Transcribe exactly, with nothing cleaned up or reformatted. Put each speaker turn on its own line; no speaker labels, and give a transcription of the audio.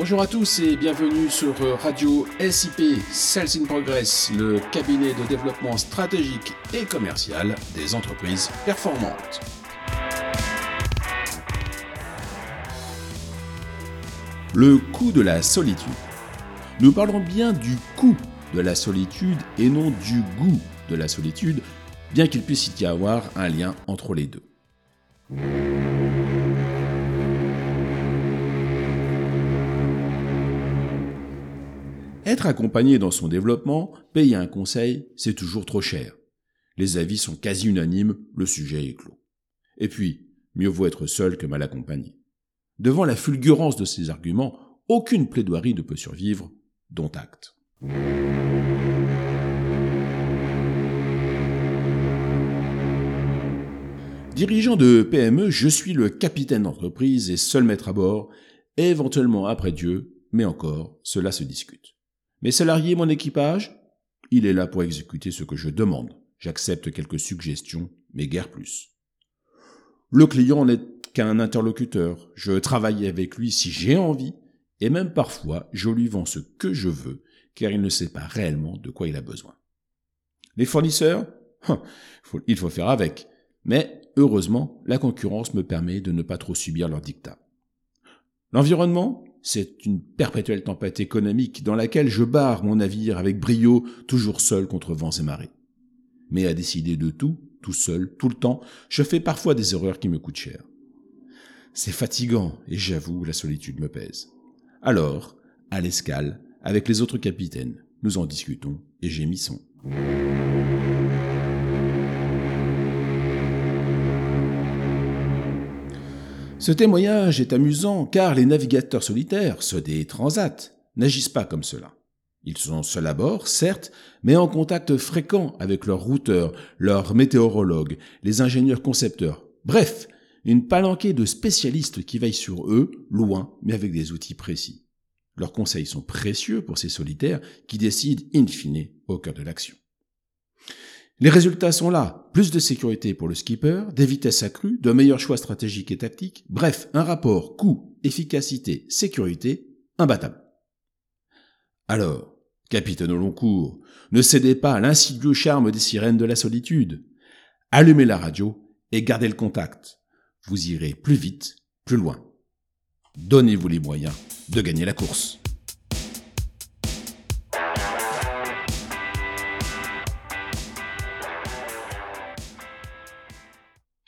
Bonjour à tous et bienvenue sur Radio S I P, Sales in Progress, le cabinet de développement stratégique et commercial des entreprises performantes. Le coût de la solitude. Nous parlons bien du coût de la solitude et non du goût de la solitude, bien qu'il puisse y avoir un lien entre les deux. Être accompagné dans son développement, payer un conseil, c'est toujours trop cher. Les avis sont quasi unanimes, le sujet est clos. Et puis, mieux vaut être seul que mal accompagné. Devant la fulgurance de ces arguments, aucune plaidoirie ne peut survivre, dont acte. Dirigeant de P M E, je suis le capitaine d'entreprise et seul maître à bord, éventuellement après Dieu, mais encore, cela se discute. Mes salariés, mon équipage, il est là pour exécuter ce que je demande. J'accepte quelques suggestions, mais guère plus. Le client n'est qu'un interlocuteur. Je travaille avec lui si j'ai envie, et même parfois, je lui vends ce que je veux, car il ne sait pas réellement de quoi il a besoin. Les fournisseurs, il faut faire avec. Mais, heureusement, la concurrence me permet de ne pas trop subir leurs dictats. L'environnement, c'est une perpétuelle tempête économique dans laquelle je barre mon navire avec brio, toujours seul contre vents et marées. Mais à décider de tout, tout seul, tout le temps, je fais parfois des erreurs qui me coûtent cher. C'est fatigant et j'avoue, la solitude me pèse. Alors, à l'escale, avec les autres capitaines, nous en discutons et gémissons. Ce témoignage est amusant car les navigateurs solitaires, ceux des transats, n'agissent pas comme cela. Ils sont seuls à bord, certes, mais en contact fréquent avec leurs routeurs, leurs météorologues, les ingénieurs concepteurs. Bref, une palanquée de spécialistes qui veillent sur eux, loin, mais avec des outils précis. Leurs conseils sont précieux pour ces solitaires qui décident in fine au cœur de l'action. Les résultats sont là, plus de sécurité pour le skipper, des vitesses accrues, de meilleurs choix stratégiques et tactiques, bref, un rapport coût, efficacité, sécurité, imbattable. Alors, capitaine au long cours, ne cédez pas à l'insidieux charme des sirènes de la solitude. Allumez la radio et gardez le contact. Vous irez plus vite, plus loin. Donnez-vous les moyens de gagner la course.